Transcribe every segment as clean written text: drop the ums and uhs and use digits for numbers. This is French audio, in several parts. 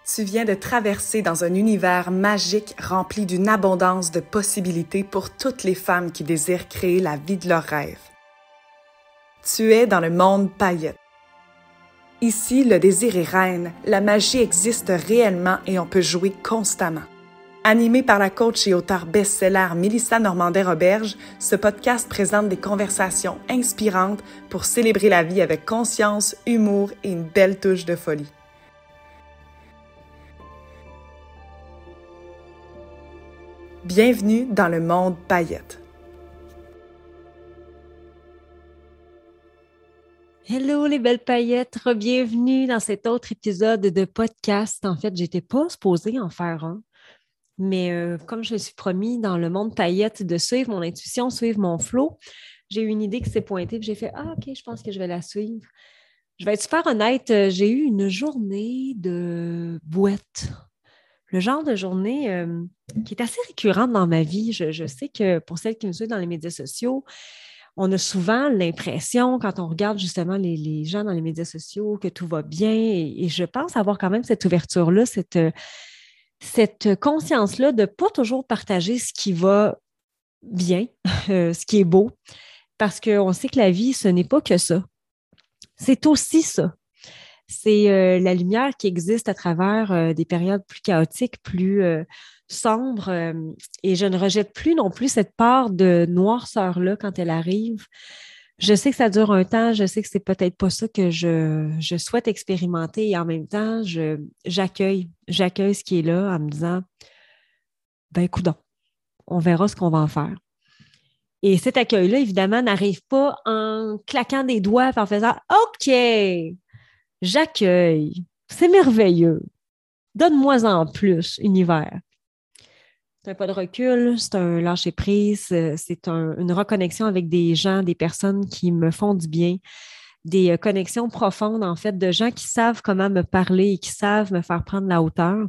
Tu viens de traverser dans un univers magique rempli d'une abondance de possibilités pour toutes les femmes qui désirent créer la vie de leurs rêves. Tu es dans le monde paillettes. Ici, le désir est reine, la magie existe réellement et on peut jouer constamment. Animé par la coach et auteure best-seller Mélissa Normandin-Roberge, ce podcast présente des conversations inspirantes pour célébrer la vie avec conscience, humour et une belle touche de folie. Bienvenue dans le monde paillettes. Hello les belles paillettes, bienvenue dans cet autre épisode de podcast. En fait, j'étais pas supposée en faire un, mais comme je me suis promis dans le monde paillettes de suivre mon intuition, suivre mon flow, j'ai eu une idée qui s'est pointée et j'ai fait « Ah ok, je pense que je vais la suivre ». Je vais être super honnête, j'ai eu une journée de bouette. Le genre de journée qui est assez récurrente dans ma vie. Je sais que pour celles qui me suivent dans les médias sociaux, on a souvent l'impression, quand on regarde justement les gens dans les médias sociaux, que tout va bien. Et je pense avoir quand même cette ouverture-là, cette conscience-là de ne pas toujours partager ce qui va bien, ce qui est beau, parce qu'on sait que la vie, ce n'est pas que ça. C'est aussi ça. C'est la lumière qui existe à travers des périodes plus chaotiques, plus sombres. Et je ne rejette plus non plus cette part de noirceur-là quand elle arrive. Je sais que ça dure un temps, je sais que c'est peut-être pas ça que je souhaite expérimenter et en même temps, j'accueille ce qui est là en me disant, ben coudonc, on verra ce qu'on va en faire. Et cet accueil-là, évidemment, n'arrive pas en claquant des doigts et en faisant « OK ». J'accueille. C'est merveilleux. Donne-moi en plus, univers. C'est un pas de recul, c'est un lâcher-prise, c'est une reconnexion avec des gens, des personnes qui me font du bien, des connexions profondes, en fait, de gens qui savent comment me parler et qui savent me faire prendre la hauteur.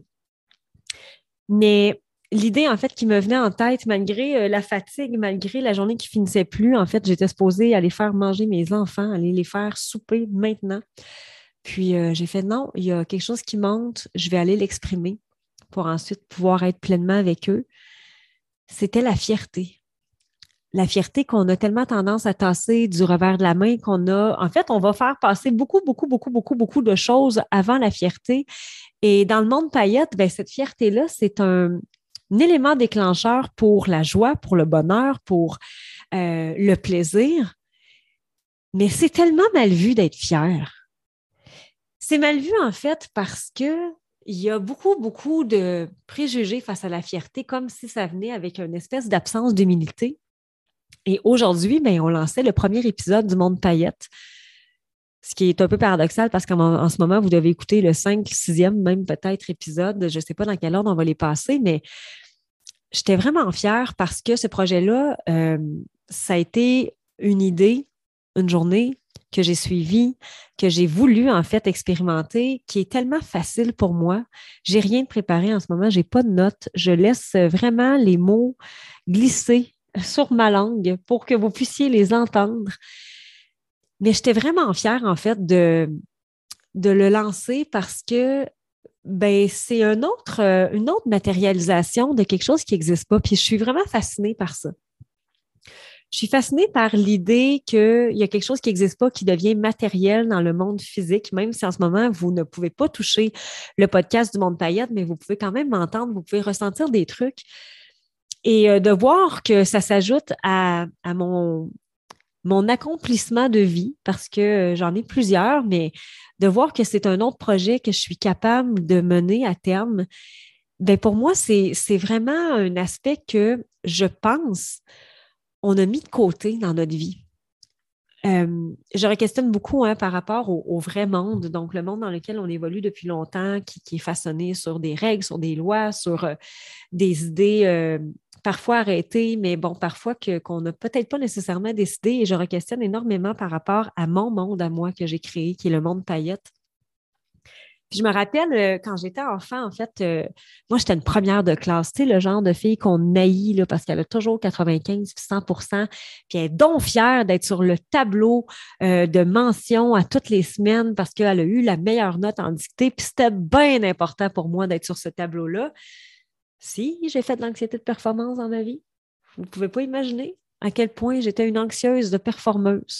Mais l'idée, en fait, qui me venait en tête, malgré la fatigue, malgré la journée qui finissait plus, en fait, j'étais supposée aller faire manger mes enfants, aller les faire souper maintenant. Puis, j'ai fait non, il y a quelque chose qui monte, je vais aller l'exprimer pour ensuite pouvoir être pleinement avec eux. C'était la fierté. La fierté qu'on a tellement tendance à tasser du revers de la main qu'on a. En fait, on va faire passer beaucoup de choses avant la fierté. Et dans le monde paillettes, ben, cette fierté-là, c'est un élément déclencheur pour la joie, pour le bonheur, pour le plaisir. Mais c'est tellement mal vu d'être fier. C'est mal vu, en fait, parce qu'il y a beaucoup de préjugés face à la fierté, comme si ça venait avec une espèce d'absence d'humilité. Et aujourd'hui, ben, on lançait le premier épisode du Monde Paillettes, ce qui est un peu paradoxal parce qu'en ce moment, vous devez écouter le 5, 6e, même peut-être épisode. Je ne sais pas dans quel ordre on va les passer, mais j'étais vraiment fière parce que ce projet-là, ça a été une idée, une journée que j'ai suivi, que j'ai voulu en fait expérimenter, qui est tellement facile pour moi. J'ai rien de préparé en ce moment, j'ai pas de notes. Je laisse vraiment les mots glisser sur ma langue pour que vous puissiez les entendre. Mais j'étais vraiment fière en fait de le lancer parce que ben, c'est une autre matérialisation de quelque chose qui n'existe pas. Puis je suis vraiment fascinée par ça. Je suis fascinée par l'idée qu'il y a quelque chose qui n'existe pas, qui devient matériel dans le monde physique, même si en ce moment, vous ne pouvez pas toucher le podcast du Monde Paillettes, mais vous pouvez quand même m'entendre, vous pouvez ressentir des trucs. Et de voir que ça s'ajoute à mon accomplissement de vie, parce que j'en ai plusieurs, mais de voir que c'est un autre projet que je suis capable de mener à terme, bien pour moi, c'est vraiment un aspect que je pense on a mis de côté dans notre vie. Je questionne beaucoup par rapport au vrai monde, donc le monde dans lequel on évolue depuis longtemps, qui est façonné sur des règles, sur des lois, sur des idées parfois arrêtées, mais bon, parfois qu'on n'a peut-être pas nécessairement décidé. Et je questionne énormément par rapport à mon monde, à moi, que j'ai créé, qui est le monde paillettes. Puis je me rappelle, quand j'étais enfant, en fait, moi, j'étais une première de classe. Tu sais, le genre de fille qu'on haït là, parce qu'elle a toujours 95 puis 100 puis elle est donc fière d'être sur le tableau de mention à toutes les semaines parce qu'elle a eu la meilleure note en dictée. Puis c'était bien important pour moi d'être sur ce tableau-là. Si j'ai fait de l'anxiété de performance dans ma vie, vous ne pouvez pas imaginer à quel point j'étais une anxieuse de performeuse.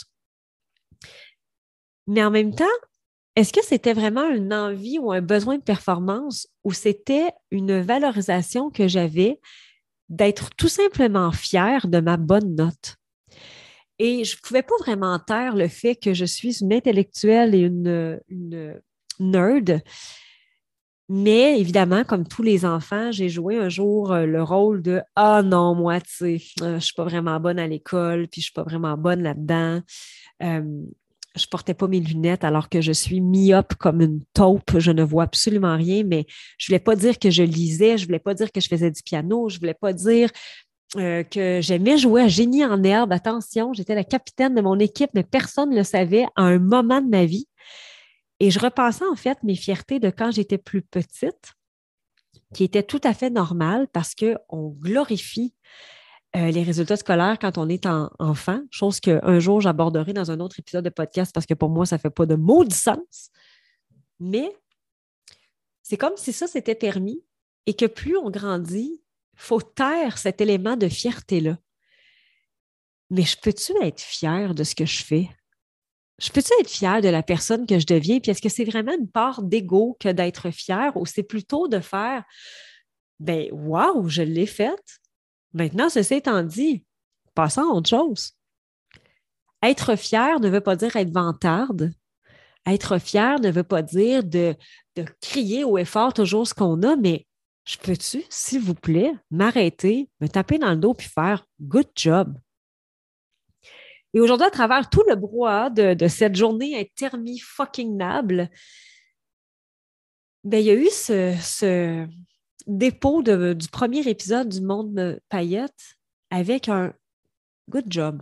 Mais en même temps, est-ce que c'était vraiment une envie ou un besoin de performance ou c'était une valorisation que j'avais d'être tout simplement fière de ma bonne note? Et je ne pouvais pas vraiment taire le fait que je suis une intellectuelle et une nerd. Mais évidemment, comme tous les enfants, j'ai joué un jour le rôle de ah non, moi, tu sais, je suis pas vraiment bonne à l'école, puis je suis pas vraiment bonne là-dedans. Je portais pas mes lunettes alors que je suis myope comme une taupe. Je ne vois absolument rien, mais je voulais pas dire que je lisais, je voulais pas dire que je faisais du piano, je voulais pas dire que j'aimais jouer à génie en herbe. Attention, j'étais la capitaine de mon équipe, mais personne ne le savait à un moment de ma vie. Et je repensais en fait mes fiertés de quand j'étais plus petite, qui étaient tout à fait normales parce qu'on glorifie les résultats scolaires quand on est enfant, chose qu'un jour j'aborderai dans un autre épisode de podcast parce que pour moi, ça ne fait pas de maudit sens. Mais c'est comme si ça s'était permis et que plus on grandit, il faut taire cet élément de fierté-là. Mais je peux-tu être fière de ce que je fais? Je peux-tu être fière de la personne que je deviens? Puis est-ce que c'est vraiment une part d'ego que d'être fière ou c'est plutôt de faire, ben, waouh, je l'ai faite. Maintenant, ceci étant dit, passons à autre chose. Être fier ne veut pas dire être vantarde. Être fier ne veut pas dire de crier haut et fort toujours ce qu'on a, mais je peux-tu, s'il vous plaît, m'arrêter, me taper dans le dos puis faire good job? Et aujourd'hui, à travers tout le brouhaha de cette journée intermi-fucking-nable, ben, il y a eu ce dépôt du premier épisode du Monde Paillettes avec un good job.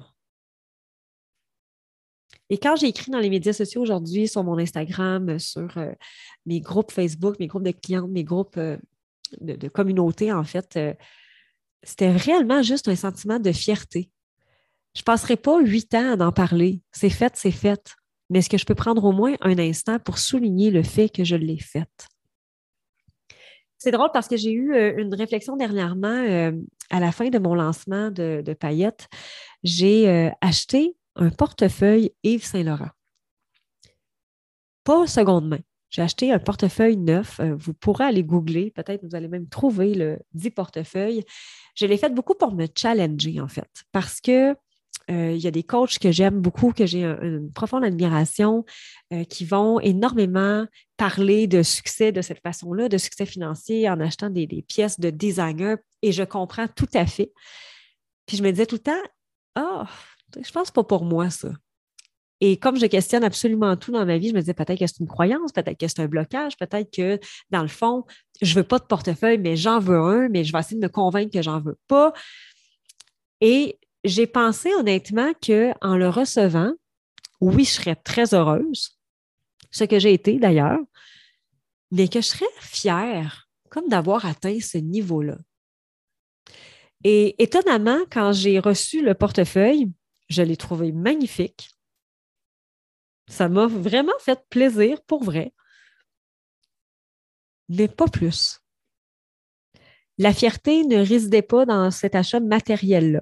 Et quand j'ai écrit dans les médias sociaux aujourd'hui, sur mon Instagram, sur mes groupes Facebook, mes groupes de clientes, mes groupes de communauté, en fait, c'était réellement juste un sentiment de fierté. Je ne passerai pas 8 ans à en parler. C'est fait, c'est fait. Mais est-ce que je peux prendre au moins un instant pour souligner le fait que je l'ai faite? C'est drôle parce que j'ai eu une réflexion dernièrement à la fin de mon lancement de Paillettes. J'ai acheté un portefeuille Yves Saint-Laurent. Pas seconde main. J'ai acheté un portefeuille neuf. Vous pourrez aller googler. Peut-être vous allez même trouver le dit portefeuille. Je l'ai fait beaucoup pour me challenger, en fait, parce que il y a des coachs que j'aime beaucoup, que j'ai une profonde admiration, qui vont énormément parler de succès de cette façon-là, de succès financier en achetant des pièces de designer. Et je comprends tout à fait. Puis je me disais tout le temps, ah, je pense pas pour moi, ça. Et comme je questionne absolument tout dans ma vie, je me disais peut-être que c'est une croyance, peut-être que c'est un blocage, peut-être que, dans le fond, je ne veux pas de portefeuille, mais j'en veux un, mais je vais essayer de me convaincre que j'en veux pas. Et j'ai pensé honnêtement qu'en le recevant, oui, je serais très heureuse, ce que j'ai été d'ailleurs, mais que je serais fière comme d'avoir atteint ce niveau-là. Et étonnamment, quand j'ai reçu le portefeuille, je l'ai trouvé magnifique. Ça m'a vraiment fait plaisir, pour vrai, mais pas plus. La fierté ne résidait pas dans cet achat matériel-là.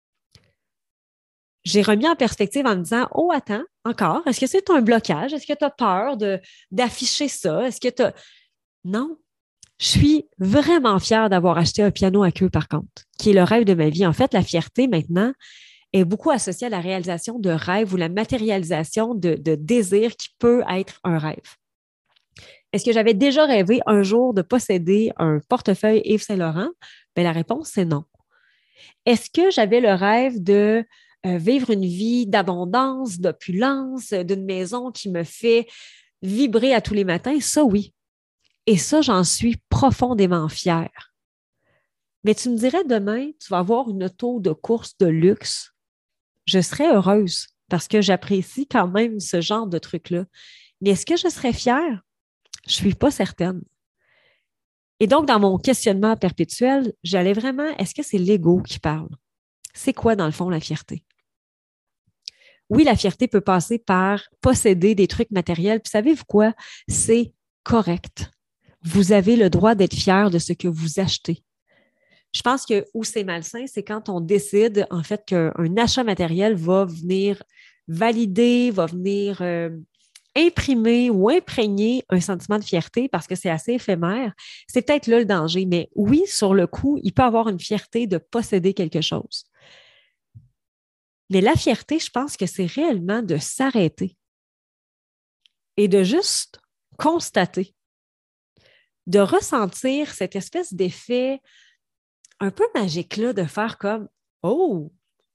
J'ai remis en perspective en me disant, oh, attends, encore, est-ce que c'est un blocage? Est-ce que tu as peur d'afficher ça? Est-ce que tu as... Non, je suis vraiment fière d'avoir acheté un piano à queue, par contre, qui est le rêve de ma vie. En fait, la fierté, maintenant, est beaucoup associée à la réalisation de rêves ou la matérialisation de désirs qui peut être un rêve. Est-ce que j'avais déjà rêvé un jour de posséder un portefeuille Yves Saint-Laurent? Bien, la réponse, c'est non. Est-ce que j'avais le rêve de vivre une vie d'abondance, d'opulence, d'une maison qui me fait vibrer à tous les matins? Ça, oui. Et ça, j'en suis profondément fière. Mais tu me dirais demain, tu vas avoir une auto de course de luxe. Je serais heureuse parce que j'apprécie quand même ce genre de truc-là. Mais est-ce que je serais fière? Je ne suis pas certaine. Et donc, dans mon questionnement perpétuel, j'allais vraiment, est-ce que c'est l'ego qui parle? C'est quoi, dans le fond, la fierté? Oui, la fierté peut passer par posséder des trucs matériels. Puis savez-vous quoi? C'est correct. Vous avez le droit d'être fier de ce que vous achetez. Je pense que où c'est malsain, c'est quand on décide, en fait, qu'un achat matériel va venir valider, va venir imprimer ou imprégner un sentiment de fierté parce que c'est assez éphémère. C'est peut-être là le danger. Mais oui, sur le coup, il peut avoir une fierté de posséder quelque chose. Mais la fierté, je pense que c'est réellement de s'arrêter et de juste constater, de ressentir cette espèce d'effet un peu magique-là, de faire comme « Oh!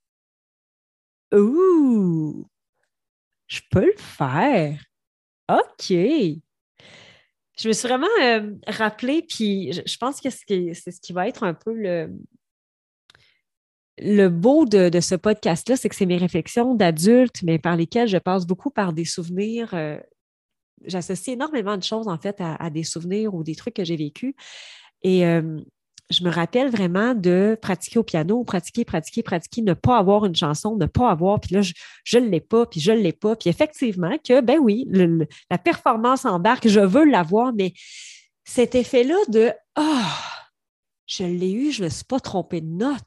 Ouh! Je peux le faire! OK! » Je me suis vraiment rappelé, puis je pense que c'est ce qui va être un peu le beau de ce podcast-là, c'est que c'est mes réflexions d'adulte, mais par lesquelles je passe beaucoup par des souvenirs. J'associe énormément de choses, en fait, à des souvenirs ou des trucs que j'ai vécus. Et je me rappelle vraiment de pratiquer au piano, pratiquer, ne pas avoir une chanson, ne pas avoir, puis là, je ne l'ai pas, puis je ne l'ai pas. Puis effectivement, que, ben oui, la performance embarque, je veux l'avoir, mais cet effet-là de « Ah, je l'ai eu, je ne me suis pas trompée de note. »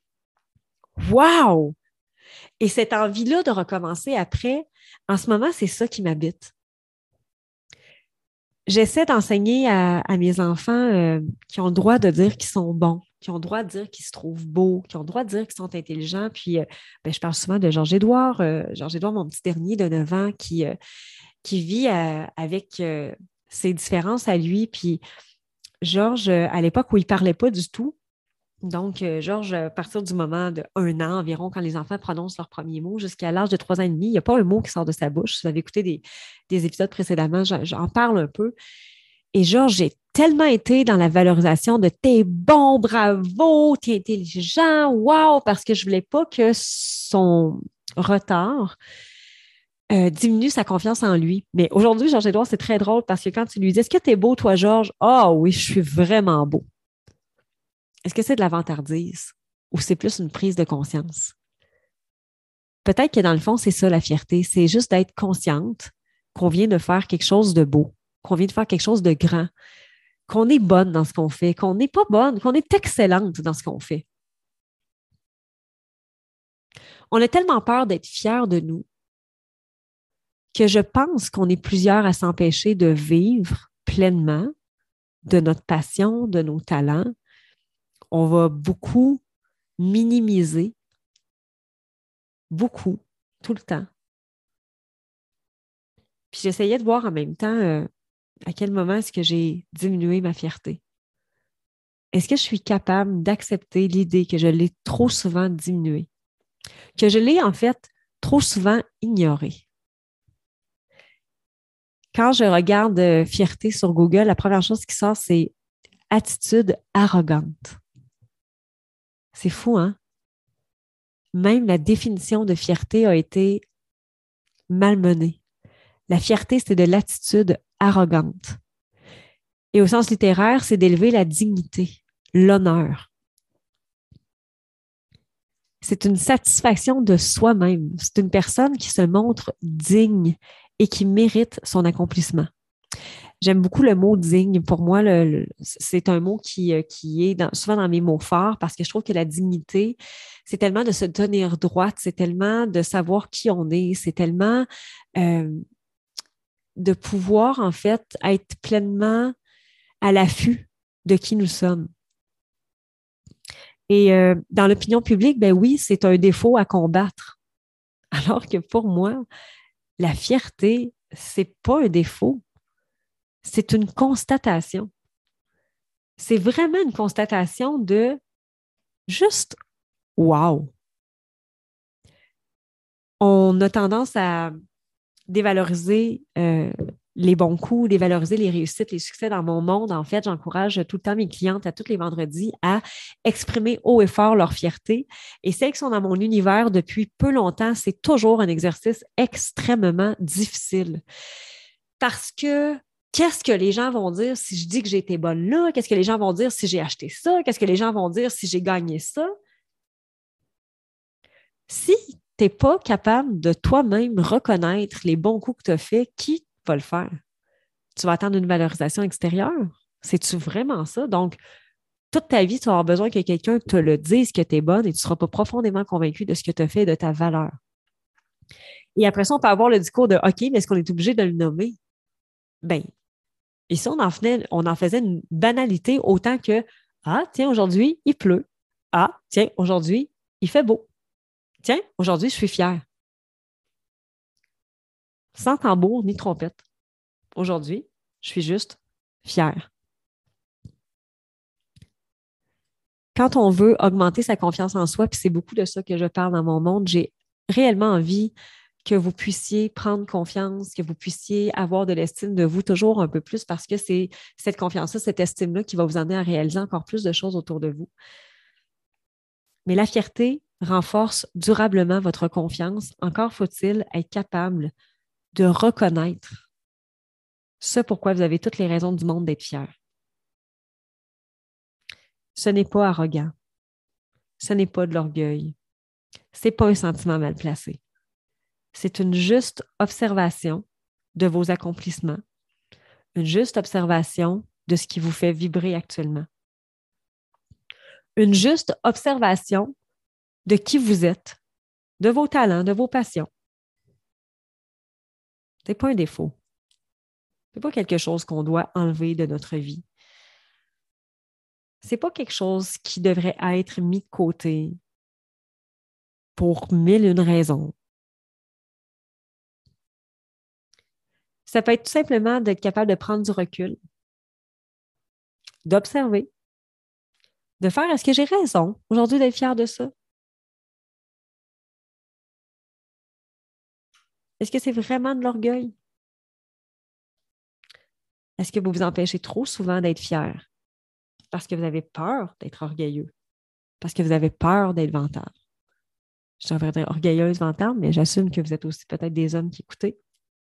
Wow! Et cette envie-là de recommencer après, en ce moment, c'est ça qui m'habite. J'essaie d'enseigner à mes enfants qui ont le droit de dire qu'ils sont bons, qui ont le droit de dire qu'ils se trouvent beaux, qui ont le droit de dire qu'ils sont intelligents. Puis, je parle souvent de Georges-Édouard. Georges-Édouard, mon petit dernier de 9 ans, qui vit avec ses différences à lui. Puis, Georges, à l'époque où il ne parlait pas du tout, donc, Georges, à partir du moment de 1 an environ, quand les enfants prononcent leurs premiers mots, jusqu'à l'âge de 3 ans et demi, il n'y a pas un mot qui sort de sa bouche. Si vous avez écouté des épisodes précédemment, j'en parle un peu. Et Georges, j'ai tellement été dans la valorisation de t'es bon, bravo, t'es intelligent, wow, parce que je ne voulais pas que son retard diminue sa confiance en lui. Mais aujourd'hui, Georges-Édouard, c'est très drôle parce que quand tu lui dis est-ce que t'es beau, toi, Georges? Ah oui, je suis vraiment beau. Est-ce que c'est de la vantardise ou c'est plus une prise de conscience? Peut-être que dans le fond, c'est ça la fierté. C'est juste d'être consciente qu'on vient de faire quelque chose de beau, qu'on vient de faire quelque chose de grand, qu'on est bonne dans ce qu'on fait, qu'on n'est pas bonne, qu'on est excellente dans ce qu'on fait. On a tellement peur d'être fiers de nous que je pense qu'on est plusieurs à s'empêcher de vivre pleinement de notre passion, de nos talents. On va beaucoup minimiser, beaucoup, tout le temps. Puis j'essayais de voir en même temps à quel moment est-ce que j'ai diminué ma fierté. Est-ce que je suis capable d'accepter l'idée que je l'ai trop souvent diminuée, que je l'ai en fait trop souvent ignorée? Quand je regarde fierté sur Google, la première chose qui sort, c'est attitude arrogante. C'est fou, hein? Même la définition de fierté a été malmenée. La fierté, c'est de l'attitude arrogante. Et au sens littéraire, c'est d'élever la dignité, l'honneur. C'est une satisfaction de soi-même. C'est une personne qui se montre digne et qui mérite son accomplissement. J'aime beaucoup le mot digne. Pour moi, c'est un mot qui est souvent dans mes mots forts parce que je trouve que la dignité, c'est tellement de se tenir droite, c'est tellement de savoir qui on est, c'est tellement de pouvoir, en fait, être pleinement à l'affût de qui nous sommes. Et dans l'opinion publique, ben oui, c'est un défaut à combattre. Alors que pour moi, la fierté, c'est pas un défaut. C'est une constatation. C'est vraiment une constatation de juste wow. On a tendance à dévaloriser les bons coups, dévaloriser les réussites, les succès dans mon monde. En fait, j'encourage tout le temps mes clientes à tous les vendredis à exprimer haut et fort leur fierté. Et celles qui sont dans mon univers depuis peu longtemps, c'est toujours un exercice extrêmement difficile. Parce que qu'est-ce que les gens vont dire si je dis que j'ai été bonne là? Qu'est-ce que les gens vont dire si j'ai acheté ça? Qu'est-ce que les gens vont dire si j'ai gagné ça? Si tu n'es pas capable de toi-même reconnaître les bons coups que tu as faits, qui va le faire? Tu vas attendre une valorisation extérieure? C'est-tu vraiment ça? Donc, toute ta vie, tu vas avoir besoin que quelqu'un te le dise que tu es bonne et tu ne seras pas profondément convaincu de ce que tu as fait et de ta valeur. Et après ça, on peut avoir le discours de OK, mais est-ce qu'on est obligé de le nommer? Bien, ici, on en faisait une banalité autant que ah, tiens, aujourd'hui, il pleut. Ah, tiens, aujourd'hui, il fait beau. Tiens, aujourd'hui, je suis fière. Sans tambour ni trompette. Aujourd'hui, je suis juste fière. Quand on veut augmenter sa confiance en soi, puis c'est beaucoup de ça que je parle dans mon monde, j'ai réellement envie que vous puissiez prendre confiance, que vous puissiez avoir de l'estime de vous toujours un peu plus parce que c'est cette confiance-là, cette estime-là qui va vous amener à réaliser encore plus de choses autour de vous. Mais la fierté renforce durablement votre confiance. Encore faut-il être capable de reconnaître ce pourquoi vous avez toutes les raisons du monde d'être fier. Ce n'est pas arrogant. Ce n'est pas de l'orgueil. Ce n'est pas un sentiment mal placé. C'est une juste observation de vos accomplissements, une juste observation de ce qui vous fait vibrer actuellement, une juste observation de qui vous êtes, de vos talents, de vos passions. Ce n'est pas un défaut. Ce n'est pas quelque chose qu'on doit enlever de notre vie. Ce n'est pas quelque chose qui devrait être mis de côté pour mille et une raisons. Ça peut être tout simplement d'être capable de prendre du recul, d'observer, de faire est-ce que j'ai raison aujourd'hui d'être fière de ça? Est-ce que c'est vraiment de l'orgueil? Est-ce que vous vous empêchez trop souvent d'être fier parce que vous avez peur d'être orgueilleux, parce que vous avez peur d'être vantard? Je devrais dire orgueilleuse, vantarde, mais j'assume que vous êtes aussi peut-être des hommes qui écoutez.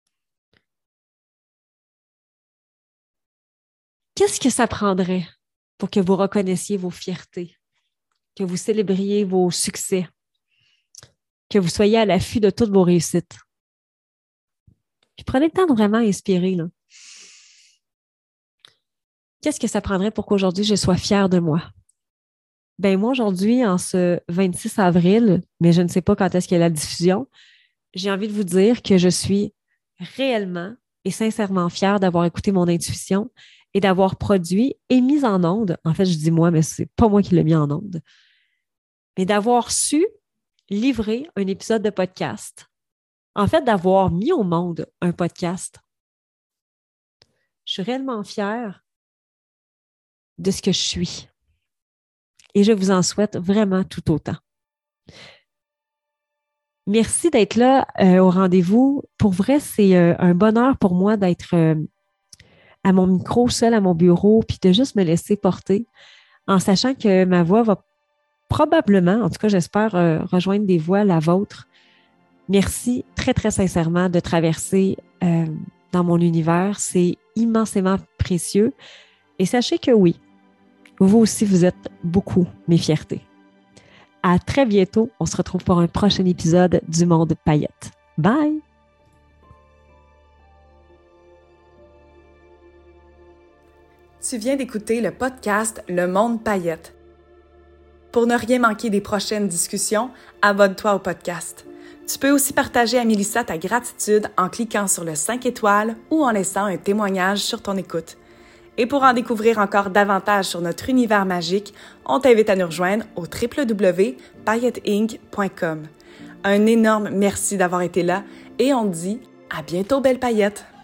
Qu'est-ce que ça prendrait pour que vous reconnaissiez vos fiertés, que vous célébriez vos succès, que vous soyez à l'affût de toutes vos réussites? Puis prenez le temps de vraiment inspirer, là. Qu'est-ce que ça prendrait pour qu'aujourd'hui, je sois fière de moi? Bien, moi, aujourd'hui, en ce 26 avril, mais je ne sais pas quand est-ce qu'il y a la diffusion, j'ai envie de vous dire que je suis réellement et sincèrement fière d'avoir écouté mon intuition et d'avoir produit et mis en onde, en fait, je dis moi, mais c'est pas moi qui l'ai mis en onde, mais d'avoir su livrer un épisode de podcast. En fait, d'avoir mis au monde un podcast. Je suis réellement fière de ce que je suis. Et je vous en souhaite vraiment tout autant. Merci d'être là au rendez-vous. Pour vrai, c'est un bonheur pour moi d'être à mon micro, seule à mon bureau, puis de juste me laisser porter en sachant que ma voix va probablement, en tout cas j'espère, rejoindre des voix, la vôtre. Merci très, très sincèrement de traverser dans mon univers. C'est immensément précieux. Et sachez que oui, vous aussi, vous êtes beaucoup mes fiertés. À très bientôt. On se retrouve pour un prochain épisode du Monde Paillettes. Bye! Tu viens d'écouter le podcast Le Monde Paillettes. Pour ne rien manquer des prochaines discussions, abonne-toi au podcast. Tu peux aussi partager à Mélissa ta gratitude en cliquant sur le 5 étoiles ou en laissant un témoignage sur ton écoute. Et pour en découvrir encore davantage sur notre univers magique, on t'invite à nous rejoindre au www.paillettesinc.com. Un énorme merci d'avoir été là et on te dit à bientôt, belle paillette!